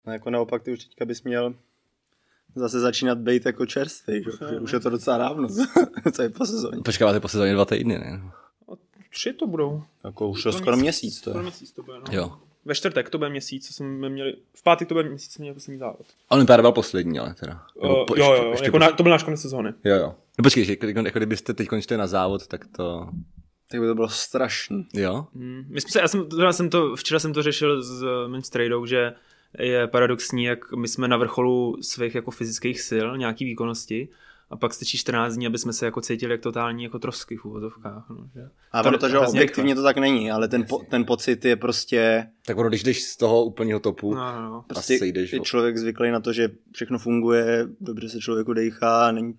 No jako naopak ty už teďka bys měl zase začínat být jako čerstvý, že už je to docela dávno, co je po sezóně. Počkáváte po sezóně 2 týdny, ne? 3 to budou. Jako už to skoro měsíc to je. Skoro měsíc to bude, no. Jo. Ve čtvrtek to bude měsíc, co jsme měli, v pátek to bude měsíc, co jsme měli poslední závod. Olympiáda byl poslední, ale teda. Jo, jako to byl náš konec sezóny. Jo. No počkej, že jako kdybyste teď končili na závod, tak to... Tak by to bylo strašný. Jo? Včera jsem to řešil s mým strejdou, že je paradoxní, jak my jsme na vrcholu svých jako fyzických sil, nějaký výkonnosti, a pak stačí 14 dní, aby jsme se jako cítili jak totální jako trosky v úvodovkách. No, že? A protože objektivně to tak není, ale ten pocit je prostě... Tak když jdeš z toho úplného topu, prostě je člověk zvyklý na to, že všechno funguje, dobře se člověku dejchá, není,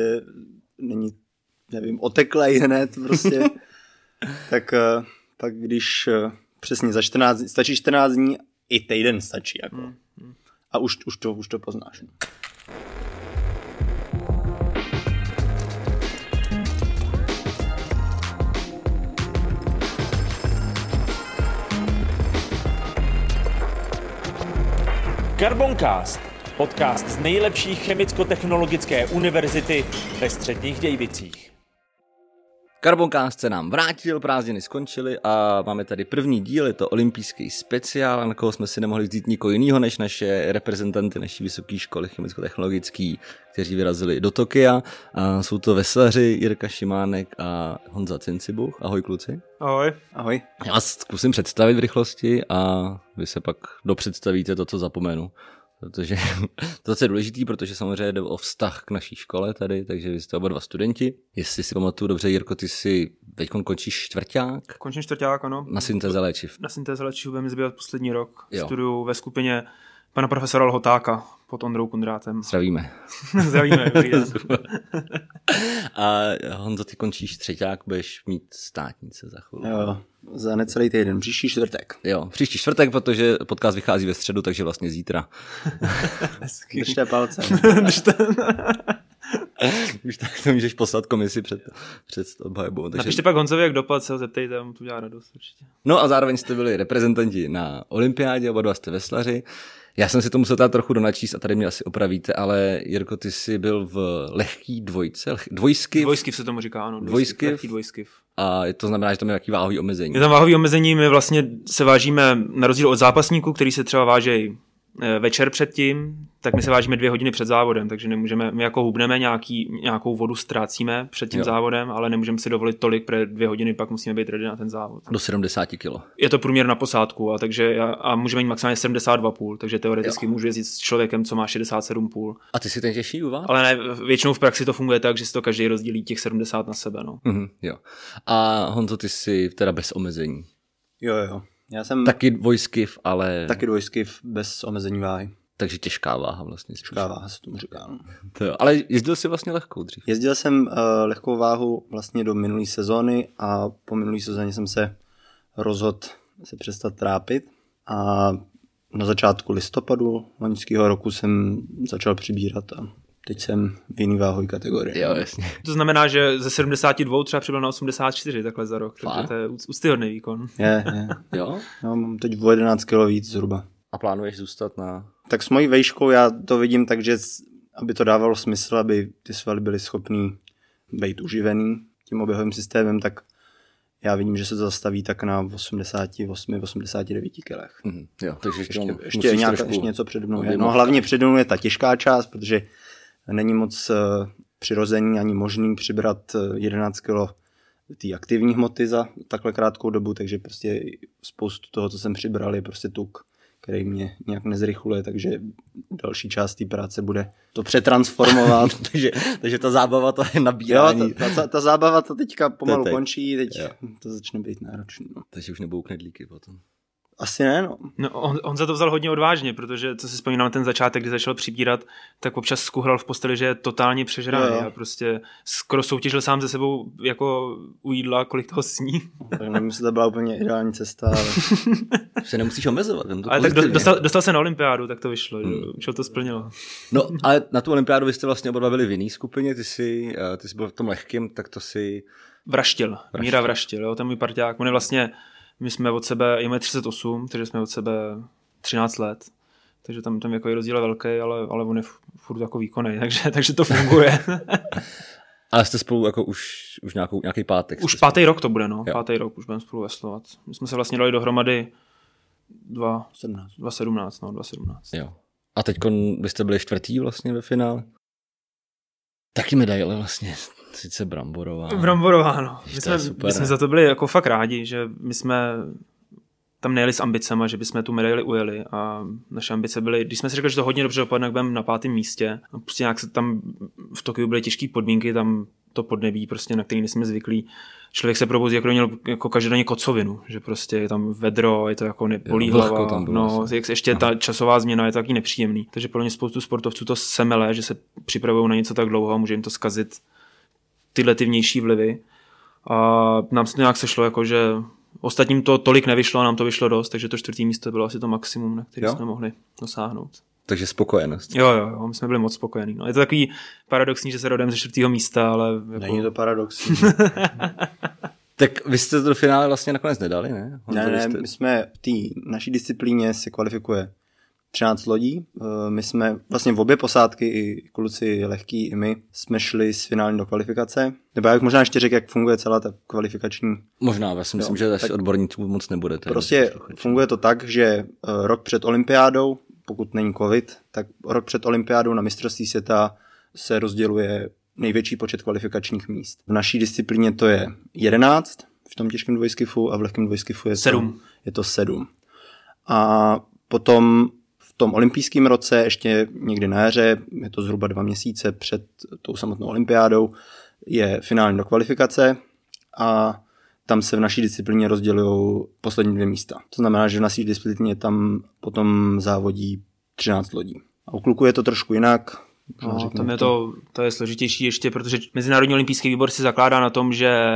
nevím, oteklej hned prostě. Tak pak když přesně za 14 dní, stačí 14 dní, i týden stačí. Jako. A už to poznáš. No. Carboncast, podcast z nejlepší chemicko-technologické univerzity ve Středních Dějvicích. Carboncast se nám vrátil, prázdniny skončily a máme tady první díl, je to olympijský speciál, na koho jsme si nemohli vzít nikoho jiného než naše reprezentanty naší vysoké školy chemicko-technologický, kteří vyrazili do Tokia. A jsou to veslaři Jirka Šimánek a Honza Cincibuch. Ahoj kluci. Ahoj. Ahoj. Já vás zkusím představit v rychlosti a vy se pak dopředstavíte to, co zapomenu. Protože to je důležitý, protože samozřejmě jde o vztah k naší škole tady, takže vy jste oba dva studenti. Jestli si pamatuju dobře, Jirko, ty si teď končíš čtvrťák? Končím čtvrťák, ano. Na syntéze léčiv. Na syntéze léčiv budeme zbývat poslední rok. Studuju ve skupině pana profesora Lhotáka pod Ondrou Kundrátem. Zdravíme. Zdravíme. A Honzo, ty končíš třeťák, budeš mít státnice za chvíli. Jo, za necelý týden, příští čtvrtek. Jo, příští čtvrtek, protože podcast vychází ve středu, takže vlastně zítra. Držte palce. Už tak to můžeš poslat komisi před obhajobou. Napište pak Honzovi, jak dopad, se ho zeptejte, on tu dělá radost určitě. No a zároveň jste byli reprezentanti na olympiádě, oba dva jste veslaři. Já jsem si to musel trochu donačíst a tady mě asi opravíte, ale Jirko, ty jsi byl v lehký dvojce, dvojskyv. Dvojskyv se tomu říká, ano. Dvojskyv. A to znamená, že tam je nějaký váhový omezení. Je tam váhový omezení, my vlastně se vážíme, na rozdíl od zápasníků, který se třeba vážejí večer předtím, tak my se vážíme 2 hodiny před závodem, takže nemůžeme, my jako hubneme, nějakou vodu ztrácíme před tím závodem, ale nemůžeme si dovolit tolik, protože 2 hodiny pak musíme být ready na ten závod. Do 70 kilo. Je to průměr na posádku a můžeme mít maximálně 72,5, takže teoreticky můžu jezdit s člověkem, co má 67,5. A ty si ten těžší u vás? Ale ne, většinou v praxi to funguje tak, že si to každý rozdělí těch 70 na sebe. No. Jo. A Honzo, ty jsi teda bez omezení. Jo. Já jsem taky dvojskyv, ale... Taky dvojskyv bez omezení váhy. Takže těžká váha vlastně. Těžká váha se tomu říká. No. Ale jezdil jsi vlastně lehkou dřív? Jezdil jsem lehkou váhu vlastně do minulé sezóny a po minulé sezóně jsem se rozhodl se přestat trápit a na začátku listopadu loňského roku jsem začal přibírat a teď jsem v jiný váhový kategorii. Jo, jasně. To znamená, že ze 72 třeba přibyl na 84 takhle za rok. Takže to je úctyhodný výkon. Je. Jo? No, mám teď o 11 kg víc zhruba. A plánuješ zůstat na... Tak s mojí vejškou já to vidím tak, že aby to dávalo smysl, aby ty svaly byly schopný být uživený tím oběhovým systémem, tak já vidím, že se to zastaví tak na 88-89 kilech. Jo, takže ještě něco přede mnou je. No hlavně přede mnou je ta těžká část, protože není moc přirozený ani možný přibrat 11 kg té aktivní hmoty za takhle krátkou dobu, takže prostě spoustu toho, co jsem přibral, je prostě tuk, který mě nějak nezrychluje, takže další část té práce bude to přetransformovat. takže ta zábava to je nabírání. Jo, ta zábava to teďka pomalu končí, teď to začne být náročný. No. Takže už nebudou knedlíky potom. Asi ne, no. On za to vzal hodně odvážně, protože co si vzpomínám na ten začátek, kdy začal přibírat, tak občas skuhral v posteli, že je totálně přežraný a prostě skoro soutěžil sám se sebou jako u jídla, kolik toho sní. Tak nevím, jestli to byla úplně ideální cesta, ale... se nemusíš omezovat. Ale tak dostal se na olympiádu, tak to vyšlo, že to splnilo. No, ale na tu olympiádu vy jste vlastně oba byli v jiný skupině, ty jsi byl v tom lehkém, tak to si... Míra Vraštil, jo, ten můj parťák, on je vlastně... My jsme od sebe, je 38, takže jsme od sebe 13 let, Takže tam jako je rozdíl velký, ale on je furt jako výkonný, takže to funguje. Ale jste spolu jako už nějaký pátek? Už 5. rok to bude, no. 5. rok už budeme spolu veslovat. My jsme se vlastně dali dohromady 2017. Jo. A teď vy jste byli 4. vlastně ve finále? Taky medaile vlastně, sice bramborová. Bramborová, no. My jsme ne? za to byli jako fakt rádi, že my jsme tam nejeli s ambicema, že bychom tu medaili ujeli a naše ambice byly, když jsme si řekli, že to hodně dobře dopadne, tak budeme na 5. místě. A prostě nějak se tam v Tokiu byly těžké podmínky, tam to podnebí, prostě, na který nejsme zvyklí. Člověk se probuzí, jako měl jako každodenně kocovinu, že prostě je tam vedro, je to jako nebolí hlava. No, ještě ta časová změna je to taky nepříjemný. Takže pro ně spoustu sportovců to semele, že se připravují na něco tak dlouho a může jim to zkazit tyhle ty vnější vlivy. A nám se to nějak sešlo, jako že ostatním to tolik nevyšlo a nám to vyšlo dost, takže to 4. místo bylo asi to maximum, na který jsme mohli dosáhnout. Takže spokojenost. Jo, my jsme byli moc spokojení. No, je to takový paradoxní, že se rodem ze 4. místa, ale... Jako... Není to paradoxní. Tak vy jste to do finále vlastně nakonec nedali, ne? Ne, my jsme v té naší disciplíně se kvalifikuje 13 lodí. My jsme vlastně v obě posádky, i kluci lehký, i my, jsme šli z finální do kvalifikace. Nebo jak možná ještě řekl, jak funguje celá ta kvalifikační... Možná, já si myslím, že asi odborníků moc nebude. Prostě funguje to tak, že rok před olympiádou, pokud není covid, tak rok před olympiádou na mistrovství světa se rozděluje největší počet kvalifikačních míst. V naší disciplíně to je 11, v tom těžkém dvojskifu, a v lehkém dvojskifu je to 7. A potom v tom olympijském roce, ještě někdy na jaře, je to zhruba 2 měsíce před tou samotnou olympiádou, je finální do kvalifikace a tam se v naší disciplíně rozdělují poslední 2 místa. To znamená, že v naší disciplíně tam potom závodí 13 lodí. A u kluků je to trošku jinak. No, tam je to je složitější ještě, protože Mezinárodní olympijský výbor si zakládá na tom, že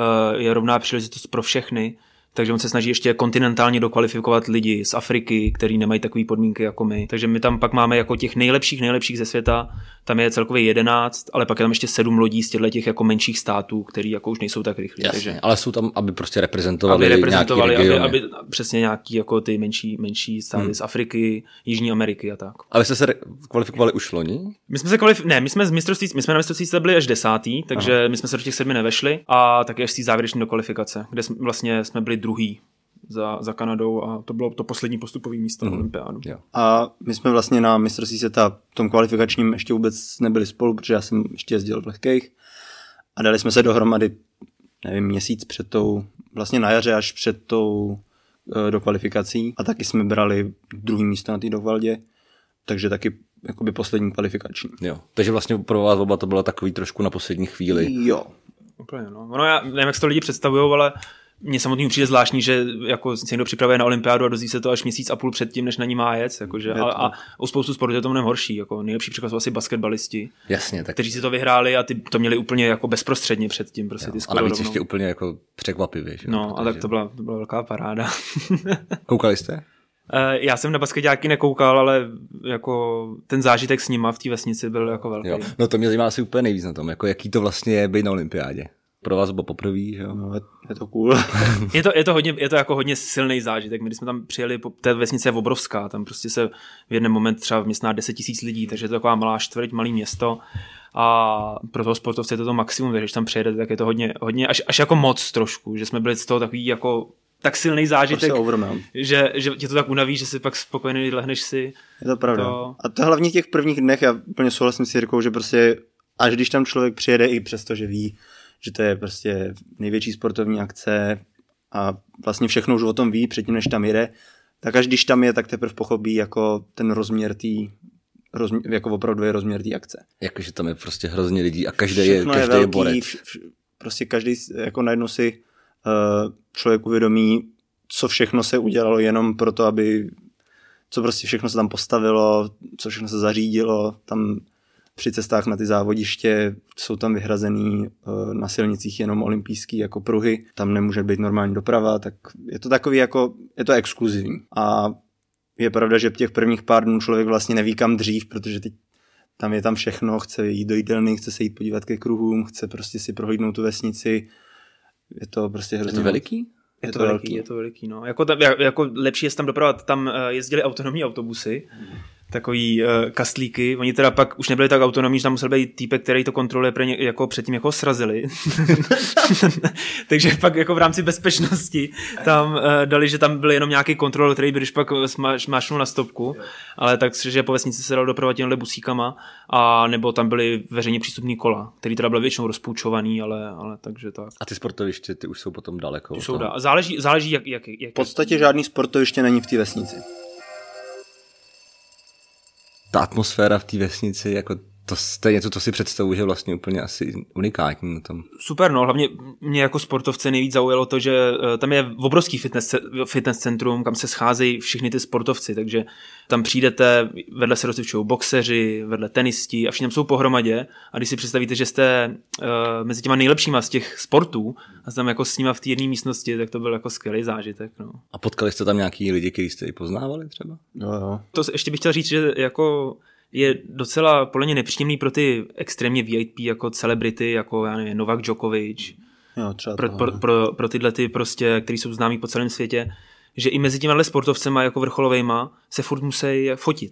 je rovná příležitost pro všechny, takže on se snaží ještě kontinentálně dokvalifikovat lidi z Afriky, kteří nemají takové podmínky jako my. Takže my tam pak máme jako těch nejlepších ze světa, tam je celkově 11, ale pak je tam ještě 7 lodí z těch jako menších států, který jako už nejsou tak rychlí. Jasně, takže ale jsou tam, aby prostě reprezentovali aby přesně nějaký jako ty menší státy z Afriky, Jižní Ameriky a tak. Ale jste se kvalifikovali už loni? My jsme na mistrovství byli až 10., takže my jsme se do těch 7 nevešli a taky až z té závěrečné do kvalifikace, kde vlastně jsme byli druhý za Kanadou a to bylo to poslední postupové místo na olympiádu. A my jsme vlastně na mistrovství světa v tom kvalifikačním ještě vůbec nebyli spolu, protože já jsem ještě jezdil v lehkých a dali jsme se dohromady, nevím, měsíc před tou, vlastně na jaře až před tou do kvalifikací a taky jsme brali druhý místo na té dovaldě, takže taky jakoby poslední kvalifikační. Jo, takže vlastně pro vás oba to bylo takový trošku na poslední chvíli. Jo. Úplně, no. Ono, já nevím, jak se to lidi představujou, ale mně samotný přijde zvláštní, že jako se někdo připravuje na olympiádu a dozví se to až 1,5 měsíce předtím, než na ní má jet. Jakože, a u spoustu sportů je to mnohem horší. Jako nejlepší příklad jsou asi basketbalisti, jasně, tak... kteří si to vyhráli a ty to měli úplně jako bezprostředně předtím. Prostě ty a navíc ještě úplně jako překvapivě. Že? No, protože... a tak to byla velká paráda. Koukali jste? Já jsem na basketáky nekoukal, ale jako ten zážitek s nima v té vesnici byl jako velký. Jo. No to mě zajímá asi úplně nejvíc na tom, jako jaký to vlastně je být na olympiádě. Pro vás bylo poprvé, jo? No, je to cool. je to jako hodně silný zážitek. My když jsme tam přijeli, té vesnice je obrovská, tam prostě se v jeden moment třeba vměstná 10 000 lidí, takže je to taková malá čtvrť, malý město a pro toho sportovce je to maximum, takže když tam přijedete, tak je to hodně až jako moc trošku, že jsme byli z toho takový jako tak silný zážitek, že tě to tak unaví, že si pak spokojený lehneš si. Je to pravda. A to hlavně v těch prvních dnech, já úplně souhlasím s Jirkou, že prostě až když tam člověk přijede i přesto, že ví, že to je prostě největší sportovní akce a vlastně všechno už o tom ví předtím, než tam jede, tak až když tam je, tak teprve pochopí jako ten rozměr jako opravdu je rozměr té akce. Jakože tam je prostě hrozně lidí a každý je borec. Prostě každý jako najednou si člověk uvědomí, co všechno se udělalo jenom proto, co prostě všechno se tam postavilo, co všechno se zařídilo, tam při cestách na ty závodiště jsou tam vyhrazený na silnicích jenom olympijský jako pruhy, tam nemůže být normální doprava, tak je to takový jako, je to exkluzivní. A je pravda, že těch prvních pár dnů člověk vlastně neví kam dřív, protože teď tam je tam všechno, chce jít do jídelny, chce se jít podívat ke kruhům, chce prostě si prohlídnout tu vesnici. Je to prostě hrozně... Je to veliký? Je to veliký, no. Jako lepší je tam dopravovat, tam jezdili autonomní autobusy, takový kastlíky, oni teda pak už nebyli tak autonomní, že tam musel být týpek, který to kontroluje jako předtím jako srazili. Takže pak jako v rámci bezpečnosti tam dali, že tam byl jenom nějaký kontrolor, který by když pak smášnul na stopku, ale takže po vesnici se dal dopravovat těmhle busíkama, a nebo tam byly veřejně přístupný kola, který teda byl většinou rozpůjčovaný, ale takže tak. A ty sportoviště, ty už jsou potom daleko? Záleží jak. V podstatě žádný sportoviště není v té vesnici. Ta atmosféra v té vesnici, jako to je něco, co si představuji, že vlastně úplně asi unikátní na tom. Super, no, hlavně mě jako sportovce nejvíc zaujalo to, že tam je obrovský fitness centrum, kam se scházejí všichni ty sportovci, takže tam přijdete, vedle se rozcvičují boxeři, vedle tenisti a všichni tam jsou pohromadě, a když si představíte, že jste mezi těma nejlepšíma z těch sportů a tam jako s nima v té jedné místnosti, tak to byl jako skvělý zážitek, no. A potkali jste tam nějaký lidi, kteří jste i poznávali třeba? Jo. To ještě bych chtěl říct, že jako je docela podle mě nepříjemný pro ty extrémně VIP jako celebrity, jako já nevím, Novak Djokovic, Jo, třeba pro tyhle ty prostě, který jsou známí po celém světě, že i mezi těmihle sportovcema jako vrcholovejma se furt musí fotit.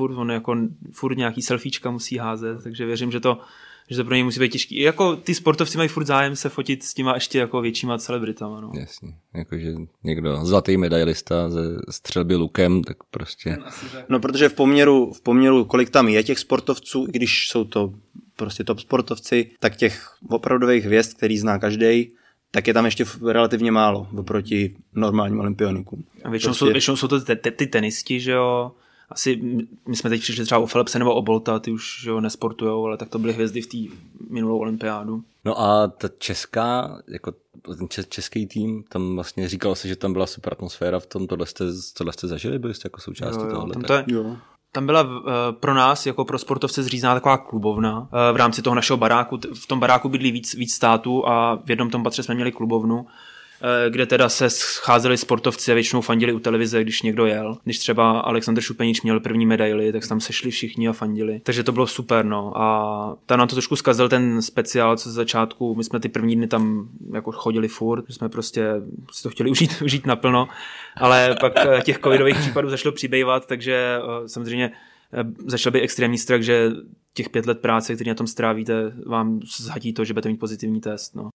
Furt nějaký selfiečka musí házet, takže věřím, že to pro něj musí být těžký. I jako ty sportovci mají furt zájem se fotit s těma ještě jako většíma celebritama. No. Jasně, jakože někdo zlatý medailista ze střelby lukem, tak prostě... No, protože v poměru, kolik tam je těch sportovců, i když jsou to prostě top sportovci, tak těch opravdových hvězd, který zná každej, tak je tam ještě relativně málo oproti normálním olympionikům. A většinou jsou to ty tenisti, že jo. Asi my jsme teď přišli třeba o Phelpse nebo o Bolta, ty už jo, nesportujou, ale tak to byly hvězdy v té minulou olympiádu. No a ta česká, jako ten český tým, tam vlastně říkalo se, že tam byla super atmosféra v tom, tohle jste zažili, byli jste jako součástí tohohle? Tam byla pro nás, jako pro sportovce, zřízená taková klubovna v rámci toho našeho baráku. V tom baráku bydlí víc států a v jednom tom patře jsme měli klubovnu, kde teda se scházeli sportovci a většinou fandili u televize, když někdo jel. Když třeba Alexander Šupenič měl první medaili, tak tam sešli všichni a fandili. Takže to bylo super, no. A tam nám to trošku zkazil ten speciál, co z začátku. My jsme ty první dny tam jako chodili furt, že jsme prostě si to chtěli užít naplno, ale pak těch covidových případů začalo přibývat, takže samozřejmě začal být extrémní strach, že těch 5 let práce, který na tom strávíte, vám zhatí to, že budete mít pozitivní test, no.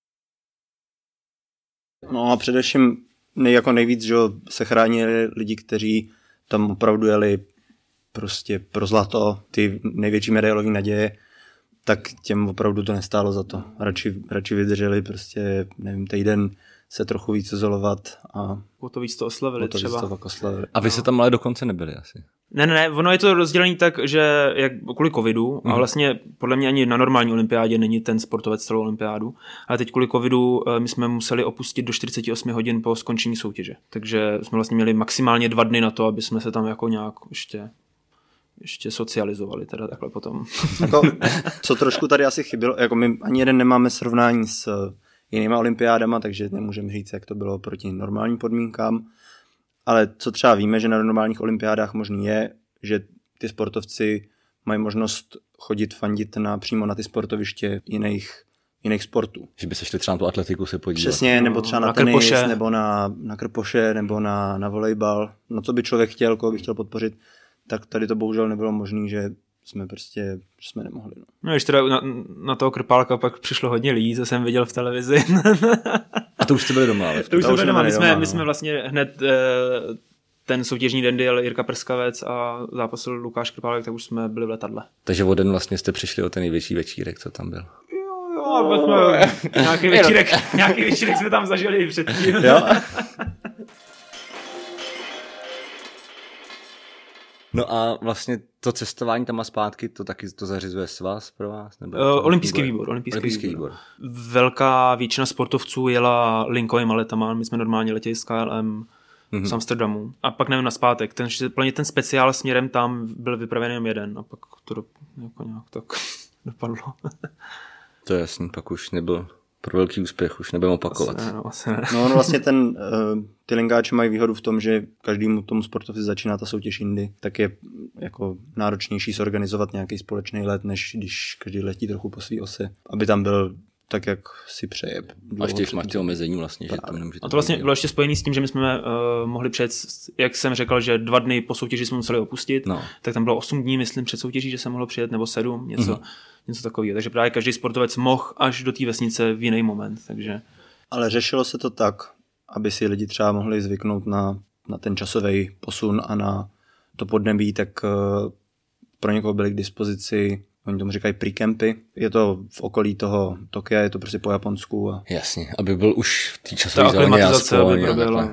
No a především jako nejvíc, že se chránili lidi, kteří tam opravdu jeli prostě pro zlato, ty největší medailové naděje, tak těm opravdu to nestálo za to. Radši vydrželi prostě, nevím, týden se trochu víc izolovat a o to víc to oslavili třeba. A vy se tam ale dokonce nebyli asi. Ne, ono je to rozdělený tak, že jak kvůli covidu, a vlastně podle mě ani na normální olympiádě není ten sportovec celou olympiádu, ale teď kvůli covidu my jsme museli opustit do 48 hodin po skončení soutěže. Takže jsme vlastně měli maximálně 2 dny na to, aby jsme se tam jako nějak ještě socializovali teda takhle potom. Jako, co trošku tady asi chybilo, jako my ani jeden nemáme srovnání s jinýma olympiádama, takže nemůžeme říct, jak to bylo proti normálním podmínkám. Ale co třeba víme, že na normálních olympiádách možný je, že ty sportovci mají možnost chodit fandit přímo na ty sportoviště jiných sportů. Že by se šli třeba na tu atletiku se podívat. Přesně, nebo třeba na tenis, krpoše. Nebo na krpoše, nebo na volejbal. No co by člověk chtěl, koho by chtěl podpořit, tak tady to bohužel nebylo možné, že jsme nemohli. No když teda na toho krpálka pak přišlo hodně lidí, co jsem viděl v televizi. A to už jste byli doma, ale to už jsme byli doma. My jsme vlastně hned ten soutěžní den jel Jirka Prskavec a zápasil Lukáš Krpálek, tak už jsme byli v letadle. Takže o den vlastně jste přišli o ten největší večírek, co tam byl. Jo, nějaký večírek jsme tam zažili předtím. Jo. No a vlastně to cestování tam a zpátky, to taky to zařizuje svaz pro vás? Nebo Olympijský výbor. Velká většina sportovců jela linkovýma letama, my jsme normálně letěli s KLM z Amsterdamu. A pak nevím, nazpátek. Ten speciál směrem tam byl vypraven jenom jeden a pak to jako nějak tak dopadlo. To je jasný, pak už nebyl pro velký úspěch, už nebudeme opakovat. Asi ne. No vlastně ty linkáči mají výhodu v tom, že každému tomu sportovci začíná ta soutěž jindy, tak je jako náročnější zorganizovat nějaký společný let, než když každý letí trochu po svý ose, aby tam byl tak, jak si přeje. A ještě máš ty omezení vlastně, že tam nemůžete. A to vlastně bylo ještě spojené s tím, že my jsme mohli před, jak jsem řekl, že 2 dny po soutěži jsme museli opustit, tak tam bylo 8 dní, myslím, před soutěží, že jsem mohl přijet, nebo 7, něco takového. Takže právě každý sportovec mohl až do té vesnice v jiný moment. Takže... Ale řešilo se to tak, aby si lidi třeba mohli zvyknout na ten časový posun a na to podnebí, tak pro někoho byly k dispozici, oni tomu říkají pre-campy. Je to v okolí toho Tokia, je to prostě po Japonsku. Jasně, aby byl už v té časové zóně aspoň. Aby proběhla.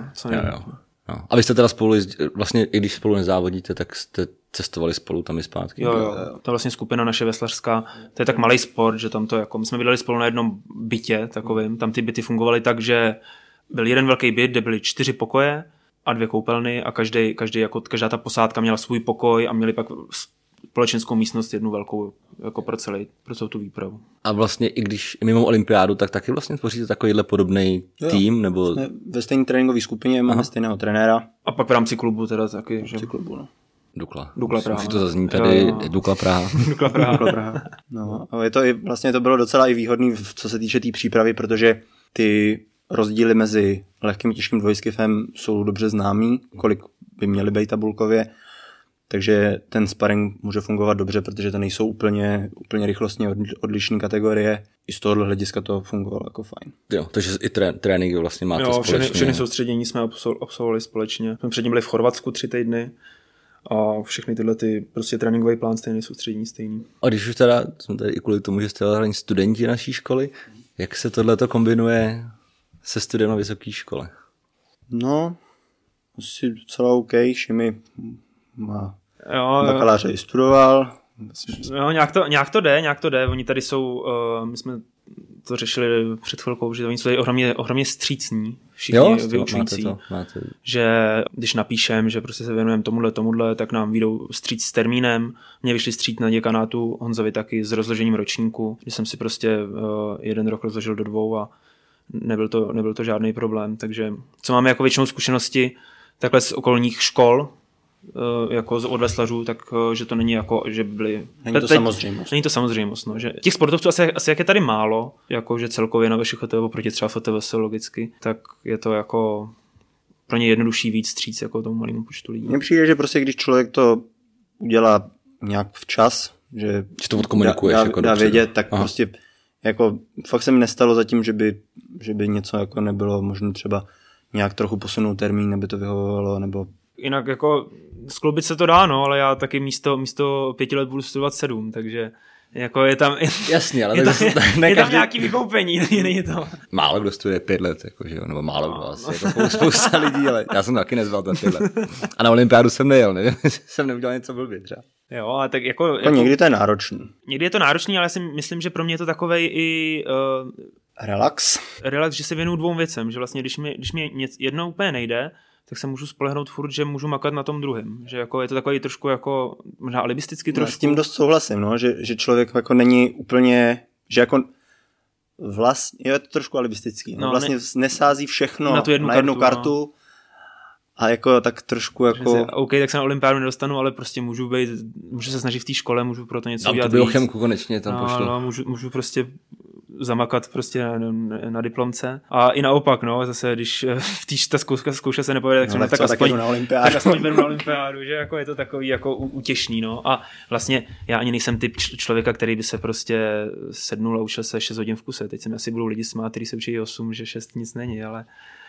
No. A vy jste teda spolu, vlastně i když spolu nezávodíte, tak jste cestovali spolu tam i zpátky. Jo. To je vlastně skupina naše veslařská. To je tak malý sport, že tam to jako, my jsme bydleli spolu na jednom bytě takovým. Tam ty byty fungovaly tak, že byl jeden velký byt, kde byly 4 pokoje a 2 koupelny a každá ta posádka měla svůj pokoj a měli pak společenskou místnost jednu velkou jako pro celou tu výpravu. A vlastně i když mimo olympiádu, tak taky vlastně tvoříte takovýhle podobný tým? Nebo... Ve stejné tréninkové skupině máme stejného trenéra. A pak v rámci klubu teda taky. V rámci klubu, no. Dukla Praha. Musí to zaznít tady, Dukla Praha. Dukla Praha. No, a vlastně to bylo docela i výhodný, co se týče té přípravy, protože ty rozdíly mezi lehkým a těžkým dvojskifem jsou dobře známý, kolik by měly být tabulkově. Takže ten sparring může fungovat dobře, protože to nejsou úplně rychlostně odlišné kategorie. I z tohohle hlediska to fungovalo jako fajn. Jo, takže i tréninky vlastně máte společně. Všechny soustředění jsme absolvovali společně. Jsme předtím byli v Chorvatsku 3 týdny a všechny tyhle prostě tréninkový plán stejný, soustředění stejný. A když už teda, jsme tady i kvůli tomu, že jste hlavně studenti naší školy, jak se tohleto kombinuje se studiem na vysoké škole? No, asi docela OK. Šimi má bakaláře i studoval. Jo, nějak to jde. Oni tady jsou, my jsme to řešili před chvilkou, že oni jsou tady ohromně střícní, všichni vyučující. Máte. Že když napíšem, že prostě se věnujeme tomuhle, tak nám vyjdou vstříc s termínem. Mě vyšli vstříc na děkanátu, Honzovi taky s rozložením ročníku, kdy jsem si prostě 1 rok rozložil do 2 a nebyl to žádný problém. Takže co máme jako většinou zkušenosti takhle z okolních škol, jako od veslařů, tak že to není jako, že byli... Není to samozřejmost. No, že těch sportovců asi jak je tady málo, jako že celkově na VŠCHT oproti třeba FTVS logicky, tak je to jako pro ně jednodušší víc stříc jako tomu malému počtu lidí. Mně přijde, že prostě když člověk to udělá nějak včas, že to odkomunikuješ jako dá vědět, tak prostě jako fakt se mi nestalo zatím, že by něco jako nebylo možné třeba nějak trochu posunout termín, aby to vyhovovalo, nebo jinak jako skloubit se to dá, no, ale já taky místo 5 let budu studovat 7, takže jako je tam... Jasně, ale je tam nějaký vykoupení, není to... Málo kdo studuje 5 let, jakože, nebo málo kdo asi, jako spousta lidí, ale já jsem taky nezval za 5 let. A na olympiádu jsem nejel, nevím, jsem neudělal něco blbě třeba. Jo, ale tak jako někdy to je náročný. Někdy je to náročný, ale já si myslím, že pro mě je to takovej i... Relax, že se věnuju 2 věcem, že vlastně když mi jedno úplně nejde, tak se můžu spolehnout furt, že můžu makat na tom druhém. Že jako je to takový trošku jako možná alibisticky trošku. S tím dost souhlasím, no, že člověk jako není úplně, že jako vlastně, je to trošku alibistický. No, vlastně nesází všechno na jednu kartu no. A jako tak trošku jako... OK, tak se na olympiádu nedostanu, ale prostě můžu se snažit v té škole, můžu pro to něco udělat. Tam to biochemku konečně tam pošlo. No, můžu prostě zamakat prostě na diplomce. A i naopak, no, zase, když ta zkouška se nepovede, tak aspoň beru na olympiádu, že jako je to takový jako útěšný, no. A vlastně já ani nejsem typ člověka, který by se prostě sednul a učil se 6 hodin v kuse. Teď se mi asi budou lidi smát, který se učí 8, že 6 nic není, ale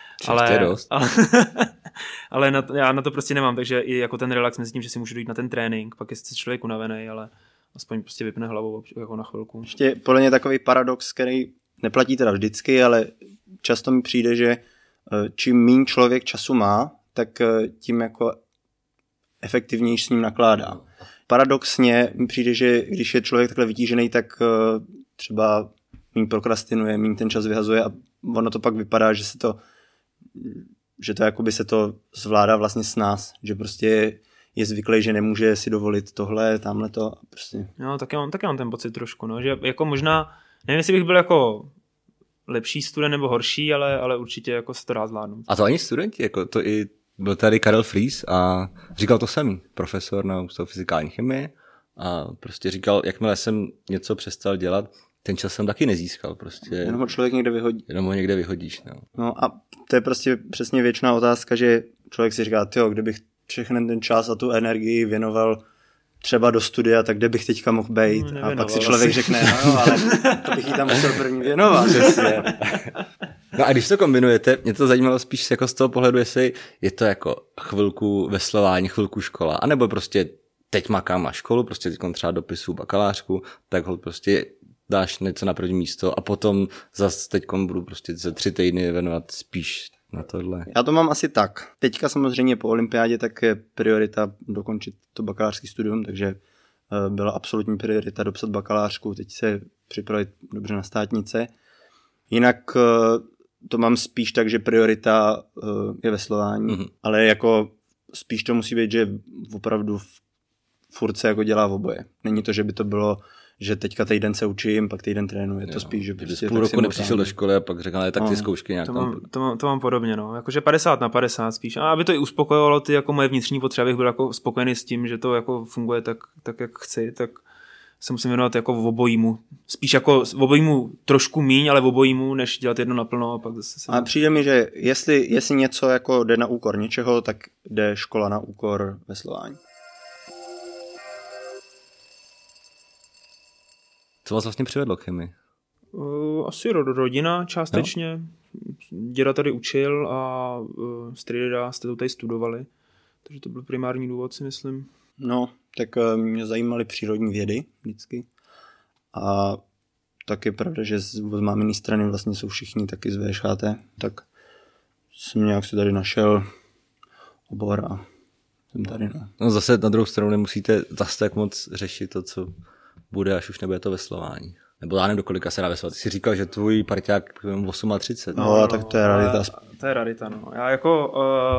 já na to prostě nemám, takže i jako ten relax mezi tím, že si můžu dojít na ten trénink, pak je člověk unavený, ale aspoň prostě vypne hlavou jako na chvilku. Ještě podle mě takový paradox, který neplatí teda vždycky, ale často mi přijde, že čím méně člověk času má, tak tím jako efektivněji s ním nakládá. Paradoxně mi přijde, že když je člověk takhle vytížený, tak třeba méně prokrastinuje, méně ten čas vyhazuje a ono to pak vypadá, že to jakoby se to zvládá vlastně s nás, že prostě je zvyklý, že nemůže si dovolit tohle, tamhleto a prostě. No, tak já mám ten pocit trošku, no, že jako možná, nevím, jestli bych byl jako lepší student nebo horší, ale určitě jako se to dá zvládnout. A to ani studenti, jako to i byl tady Karel Fries a říkal to samý, profesor na Ústavu fyzikální chemie a prostě říkal, jakmile jsem něco přestal dělat, ten čas jsem taky nezískal prostě. Jenom ho člověk někde vyhodí. Jenom ho někde vyhodíš, no. No a to je prostě přesně věčná otázka, že člověk si říká, kdybych všechny ten čas a tu energii věnoval třeba do studia, tak kde bych teďka mohl být? A pak si člověk řekne, no, ale to bych jí tam musel první věnovat. No a když to kombinujete, mě to zajímalo spíš jako z toho pohledu, jestli je to jako chvilku veslování, chvilku škola, anebo prostě teď makám na školu, prostě teď třeba dopisu bakalářku, tak ho prostě dáš něco na první místo a potom zase teď budu prostě za 3 týdny věnovat spíš na tohle. Já to mám asi tak. Teďka samozřejmě po olympiádě tak je priorita dokončit to bakalářský studium, takže byla absolutní priorita dopsat bakalářku, teď se připravit dobře na státnice. Jinak to mám spíš tak, že priorita je veslování, ale jako spíš to musí být, že opravdu furt se jako dělá v oboje. Není to, že by to bylo, že teďka týden se učím, pak týden trénuji. Je to spíš, že prostě půl roku nepřišel do školy a pak řekl, ale tak ty zkoušky nějak to mám podobně, no. Jakože 50/50 spíš. A aby to i uspokojovalo ty jako moje vnitřní potřeby, abych byl jako spokojený s tím, že to jako funguje tak jak chci, tak se musím věnovat jako v obojímu. Spíš jako v obojímu trošku míň, ale v obojímu, než dělat jedno naplno a pak zase. A přijde mi, že jestli něco jako jde na úkor něčeho, tak jde škola na úkor veslování. Co vás vlastně přivedlo k chemii? Asi rodina částečně. No. Děda tady učil a strýda jste to tady studovali. Takže to byl primární důvod, si myslím. No, tak mě zajímaly přírodní vědy vždycky. A tak je pravda, že z máminé strany vlastně jsou všichni taky z VŠHT. Tak jsem nějak si tady našel obor a jsem tady. No zase na druhou stranu nemusíte zase tak moc řešit to, co bude, až už nebude to veslování. Nebo já nevím, do kolika se dá veslovat. Ty jsi říkal, že tvůj parťák 38. No, tak to je rarita. To je rarita, no. Já jako,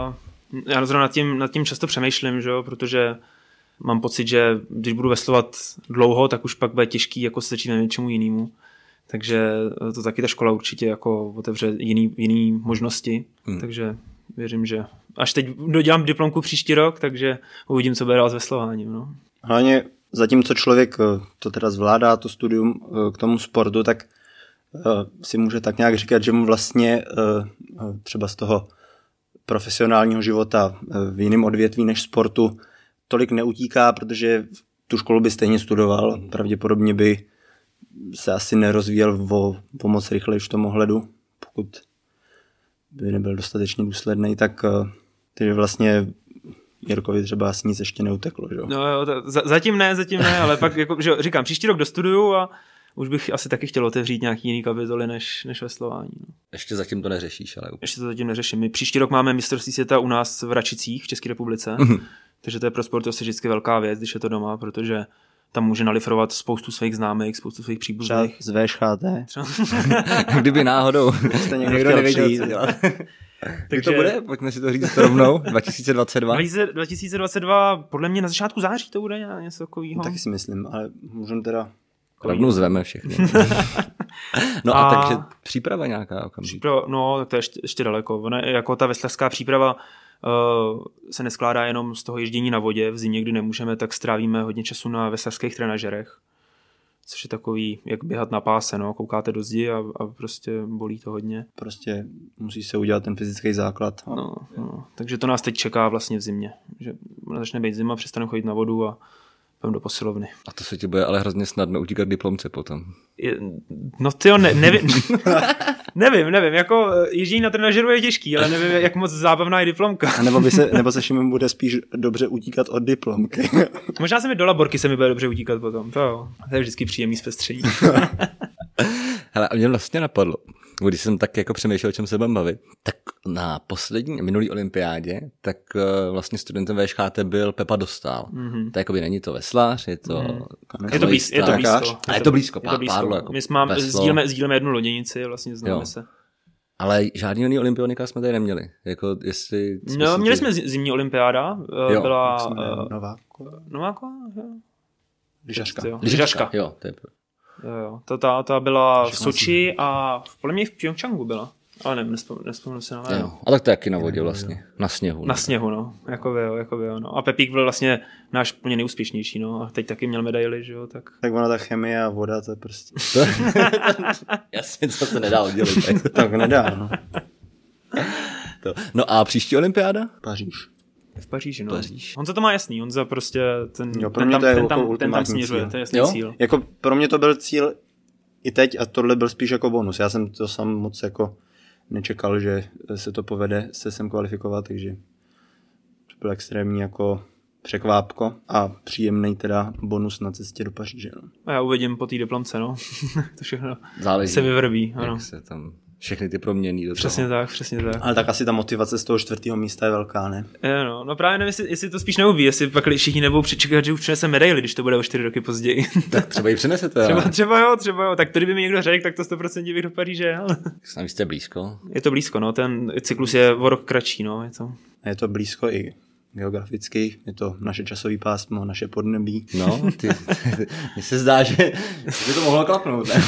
já zrovna nad tím často přemýšlím, že jo, protože mám pocit, že když budu veslovat dlouho, tak už pak bude těžký jako se začít na něčemu jinému. Takže to taky ta škola určitě jako otevře jiný možnosti. Takže věřím, že až teď dodělám diplomku příští rok, takže uvidím, co bude dál s veslováním. No. Hlavně zatímco člověk to teda zvládá, to studium k tomu sportu, tak si může tak nějak říkat, že mu vlastně třeba z toho profesionálního života v jiném odvětví než sportu tolik neutíká, protože tu školu by stejně studoval. Pravděpodobně by se asi nerozvíjel o moc rychleji v tom ohledu, pokud by nebyl dostatečně důsledný, tak takže vlastně Jirkovi třeba asi nic ještě neuteklo. Že? No jo, zatím ne, ale pak jako, že říkám, příští rok dostuduju a už bych asi taky chtěl otevřít nějaký jiný kapitoly než veslování. No. Ještě zatím to neřešíš, ale... Ještě to zatím neřeším. My příští rok máme mistrovství světa u nás v Račicích v České republice, takže to je pro sportovce vždycky velká věc, když je to doma, protože tam může nalifrovat spoustu svých známých, spoustu svých příbuzných. Z VŠHT. Kdyby náhodou jste někdo nevěděl, co dělat. Takže to bude? Pojďme si to říct rovnou. 2022? 2022 podle mě na začátku září to bude něco takového. Taky si myslím, ale můžeme teda... Rovnou zveme všechny. No a takže příprava nějaká okamžitě. No, tak to je ještě daleko. Ona, jako ta veslařská příprava se neskládá jenom z toho ježdění na vodě. V zimě, kdy nemůžeme, tak strávíme hodně času na veslařských trenažerech. Což je takový, jak běhat na páse, no. Koukáte do zdi a prostě bolí to hodně. Prostě musí se udělat ten fyzický základ. No. Takže to nás teď čeká vlastně v zimě. Že začne být zima, přestaneme chodit na vodu a půjdeme do posilovny. A to se ti bude ale hrozně snadno utíkat diplomce potom. No tyjo, nevím. nevím, jako ježdění na trenažeru je těžký, ale nevím, jak moc zábavná je diplomka. A nebo se Šimon bude spíš dobře utíkat od diplomky. Možná se mi do laborky se mi bude dobře utíkat potom. To je vždycky příjemný zpestření. Hele, a mě vlastně napadlo, když jsem tak jako přemýšlel, o čem se budeme bavit, tak na minulý olympiádě, tak vlastně studentem VŠHT byl Pepa Dostál. To jakoby není to veslař, je to... Je to blízko. A je to blízko, Párlo jako my sdílíme jednu loděnici, vlastně známe se. Ale žádný jiný olympionika jsme tady neměli. Jako jestli... No, měli jsme zimní olympiáda, byla... Nováková? Lyžařka. Jo, to je... Jo. Ta byla v Soči a podle mě v Pyeongchangu byla. Ale nespomenu se na jméno. A tak to je taky na vodě vlastně. Na sněhu. Na sněhu, no. Jako by jo, no. A Pepík byl vlastně náš plně nejúspěšnější, no. A teď taky měl medaily, že jo, tak. Tak ona ta chemie a voda, to je prostě... Jasně, co se nedá oddělit. Tak nedá, no. No a příští olympiáda? Paříž. V Paříži, no. Paříž. Honza to má jasný, Honza prostě ten tam směřuje, to je jasný cíl. Jako pro mě to byl cíl i teď a tohle byl spíš jako bonus. Já jsem to sám moc jako nečekal, že se to povede se sem kvalifikovat, takže to byl extrémní jako překvápko a příjemný teda bonus na cestě do Paříže. No. A já uvidím po té diplomce, no. To všechno záleží, se vyvrbí. Ano. Jak se tam všechny ty proměny do přesně toho. Přesně tak. Ale tak asi ta motivace z toho 4. místa je velká, ne? No právě nevím, jestli to spíš neubí, jestli pak všichni nebudou přečekat, že už přinese medaili, když to bude o 4 roky později. Tak třeba ji přinesete. Třeba jo. Tak to kdyby mi někdo řekl, tak to 100% bych do Paříže jel. Tam jste blízko. Je to blízko, no, ten cyklus je o rok kratší, no. Je to blízko i geograficky, je to naše časové pásmo, naše podnebí. No, mně se zdá, že by to mohlo klapnout, ne?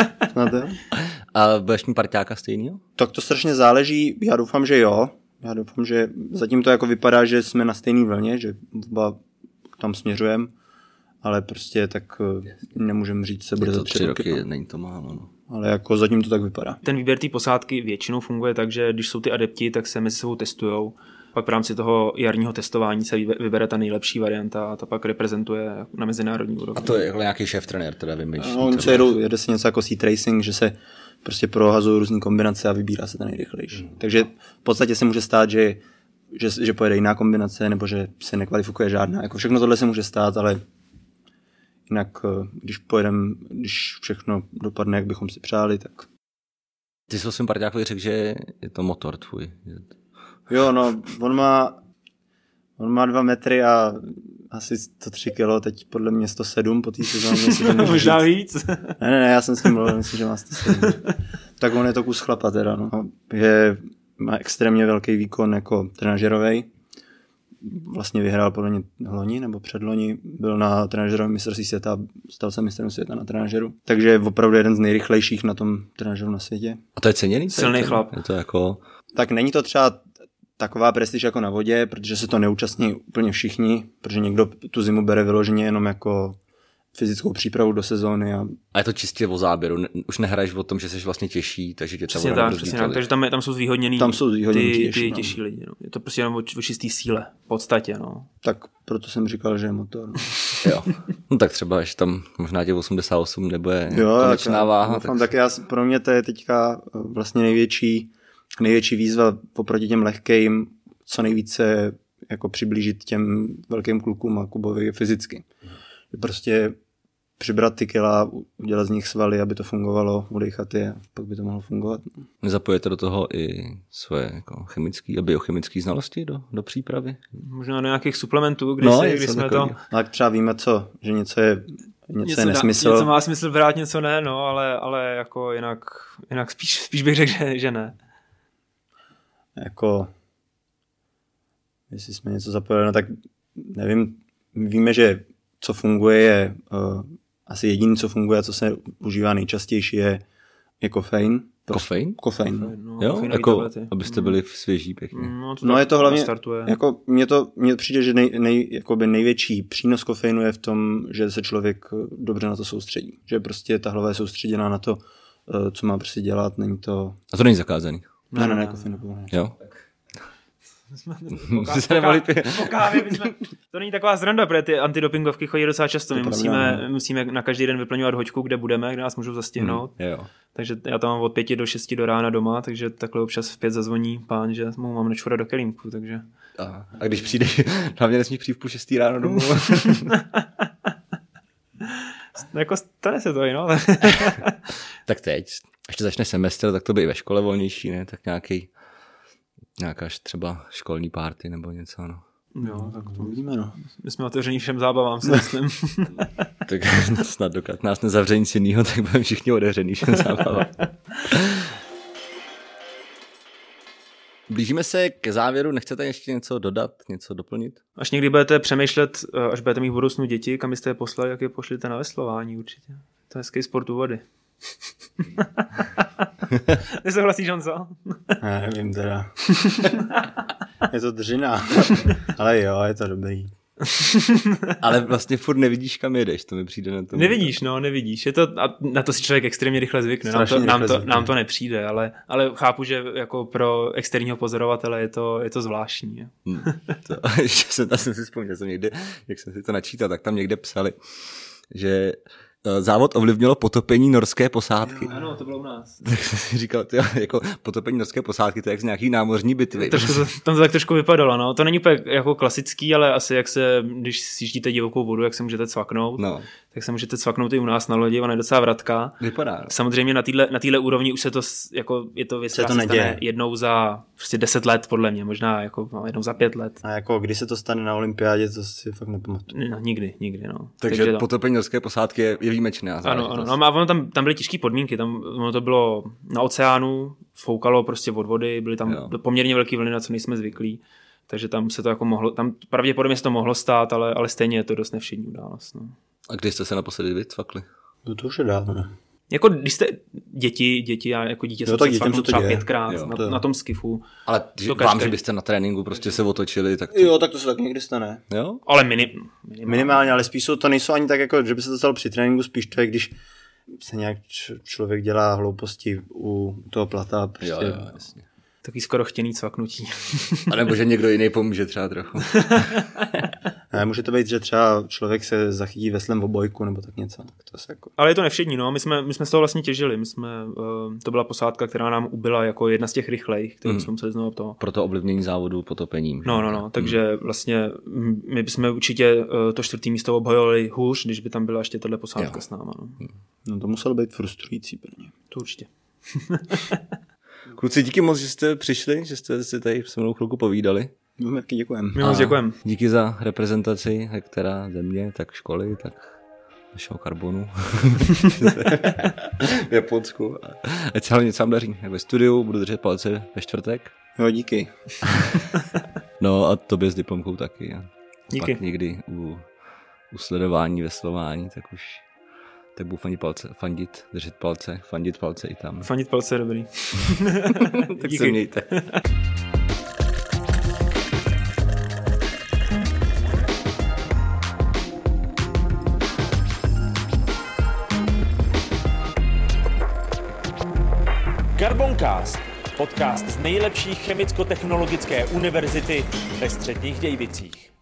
A budeš mít parťáka stejnýho? Tak to strašně záleží, já doufám, že jo. Já doufám, že zatím to jako vypadá, že jsme na stejné vlně, že oba tam směřujeme, ale prostě tak nemůžeme říct, se bude za 3 roky. Není to málo, no. Ale jako zatím to tak vypadá. Ten výběr té posádky většinou funguje tak, že když jsou ty adepti, tak se mezi sebou testujou. Pak v rámci toho jarního testování se vybere ta nejlepší varianta a ta pak reprezentuje na mezinárodní úrovni. A to je jako nějaký šéf-trenér, teda vymýšlí. No, jede se něco jako seat racing, že se prostě prohazují různý kombinace a vybírá se ten nejrychlejší. Takže v podstatě se může stát, že pojede jiná kombinace, nebo že se nekvalifikuje žádná. Jako všechno tohle se může stát, ale jinak, když všechno dopadne, jak bychom si přáli, tak... Ty jsi o svým parťákovi řekl, že je to motor tvůj. Jo, no, on má 2 metry a asi 103 kilo, teď podle mě 107 po té sezóně. Možná víc. Ne, já jsem s tím mluvil, myslím, že má 107. Tak on je to kus chlapa teda, no. Má extrémně velký výkon jako trenažerovej. Vlastně vyhrál podle mě loni nebo předloni, byl na trenažerovém mistrovství světa, stal se mistrem světa na trenažeru. Takže je opravdu jeden z nejrychlejších na tom trenažeru na světě. A to je ceněný? Silný chlap. Je to jako... Tak není to třeba taková prestiž jako na vodě, protože se to neúčastní úplně všichni, protože někdo tu zimu bere vyloženě jenom jako fyzickou přípravu do sezóny. A je to čistě o záběru, už nehraješ o tom, že jsi vlastně těžší, takže tě ta voda přesně tak, takže tam jsou zvýhodněný ty těžší lidi. No. Je to prostě jenom o čistý síle, v podstatě. No. Tak proto jsem říkal, že je motor. No. Jo, no tak třeba, že tam možná tě 88 nebude konečná váha. Tak pro mě to je teďka vlastně největší výzva oproti těm lehkým, co nejvíce jako přiblížit těm velkým klukům a Kubovi fyzicky. Prostě přibrat ty kila, udělat z nich svaly, aby to fungovalo, udejchat je, pak by to mohlo fungovat. Nezapojete do toho i svoje jako chemické a biochemické znalosti do přípravy? Možná do nějakých suplementů, když jsme to... Tak třeba víme, že něco je nesmysl. Něco má smysl brát, něco ne, no, ale jako jinak spíš bych řekl, že ne. Jako, jestli jsme něco zapojili, no tak nevím, víme, že co funguje je, asi jediný, co funguje a co se užívá nejčastější je kofein. Kofein? Kofein. No, jo, jako abyste byli svěží pěkně. No je to hlavně, jako mně přijde, že největší přínos kofeinu je v tom, že se člověk dobře na to soustředí. Že prostě ta hlava je soustředěná na to, co má prostě dělat, není to... A to není zakázaný? Ne, kofein nepovolený. Jo. To není taková zranda, protože ty antidopingovky chodí docela často. My musíme na každý den vyplňovat hoďku, kde budeme, kde nás můžou zastihnout. Takže já tam mám od 5 do 6 do rána doma, takže takhle občas v 5 zazvoní pán, že mu mám nečurat do kelímku. Takže... A když přijdeš, hlavně nesmíš přijít v 5:30 ráno domů. Jako stane se to, no. Tak teď, ještě začne semestr, tak to by i ve škole volnější, ne? Tak nějaká třeba školní party nebo něco, no. Jo, tak to uvidíme, no. My jsme otevření všem zábavám, si myslím. Tak snad dokud nás nezavře nic jinýho, tak budeme všichni otevření všem zábavám. Blížíme se ke závěru, nechcete ještě něco dodat, něco doplnit? Až někdy budete přemýšlet, až budete mít v budoucnu děti, kam byste je poslali, jak je pošlete na veslování určitě. To je hezký sport u vody. Nesouhlasíš, Honzo? Nevím teda. Je to dřina. Ale jo, je to dobrý. Ale vlastně furt nevidíš, kam jedeš, to mi přijde na to. Nevidíš. Je to, a na to si člověk extrémně rychle zvykne. Nám to nepřijde, ale chápu, že jako pro externího pozorovatele je to zvláštní. Já jsem si vzpomněl, někde, jak jsem si to načítal, tak tam někde psali, že závod ovlivnilo potopení norské posádky. Jo, ano, to bylo u nás. Tak jsem si říkal, jako potopení norské posádky, to je jak z nějaký námořní bitvy. Tam to tak trošku vypadalo, no. To není úplně jako klasický, ale asi když sjíždíte divokou vodu, jak se můžete cvaknout, tak se můžete cvaknout i u nás na lodi, ona je docela vratka. Vypadá. Samozřejmě na téhle úrovni už se to, jako je to věc, která se stane jednou za prostě 10 let, podle mě, možná jako jednou za 5 let. A jako když se to stane na olympiádě, to si fakt nepamatuju. No, nikdy, no. Takže potopení norské posádky je výjimečné. Ano, no, a tam byly těžké podmínky, ono to bylo na oceánu, foukalo prostě od vody, byly tam poměrně velké vlny, na co nejsme zvyklí, takže tam se to jako mohlo, tam pravděpodobně se to mohlo stát, ale stejně je to dost nevšední událost. No. A kdy jste se naposledy vycvakli? To už je dávno. Jako když jste děti, já jako dítě jsem se cvaknul třeba 5krát na tom skifu. Ale vám, že byste na tréninku prostě se otočili, tak to... Jo, tak to se tak někdy stane. Jo? Ale minimálně, ale spíš to nejsou ani tak jako, že by se to stalo při tréninku, spíš to je, když se nějak člověk dělá hlouposti u toho plata. Prostě... Jo, jasně. Takový skoro chtěný cvaknutí. A nebo že někdo jiný pomůže třeba trochu. Může to být, že třeba člověk se zachytí veslem v obojku nebo tak něco. Tak to jako... Ale je to nevšední, no. My jsme z toho vlastně těžili. To byla posádka, která nám ubyla jako jedna z těch rychlejch, kterou jsme museli znovu toho. Pro to ovlivnění závodu potopením. No. Takže vlastně my bychom určitě to 4. místo obhajovali hůř, když by tam byla ještě tahle posádka s náma. No to muselo být frustrující pro ně. To určitě. Kluci, díky moc, že jste přišli, že jste si tady se mnou chvilku povídali. My moc děkujeme. Díky za reprezentaci, jak teda země, tak školy, tak našeho karbonu v Japonsku. Ať se hlavně něco daří. Ve studiu budu držet palce ve čtvrtek. Jo, díky. No a tobě s diplomkou taky. A díky. Pak někdy u sledování, veslování, tak budu fandit, držet palce, fandit palce i tam. Fandit palce je dobrý. Tak se mějte. Carboncast, podcast z nejlepší chemicko-technologické univerzity ve Středních Dějvicích.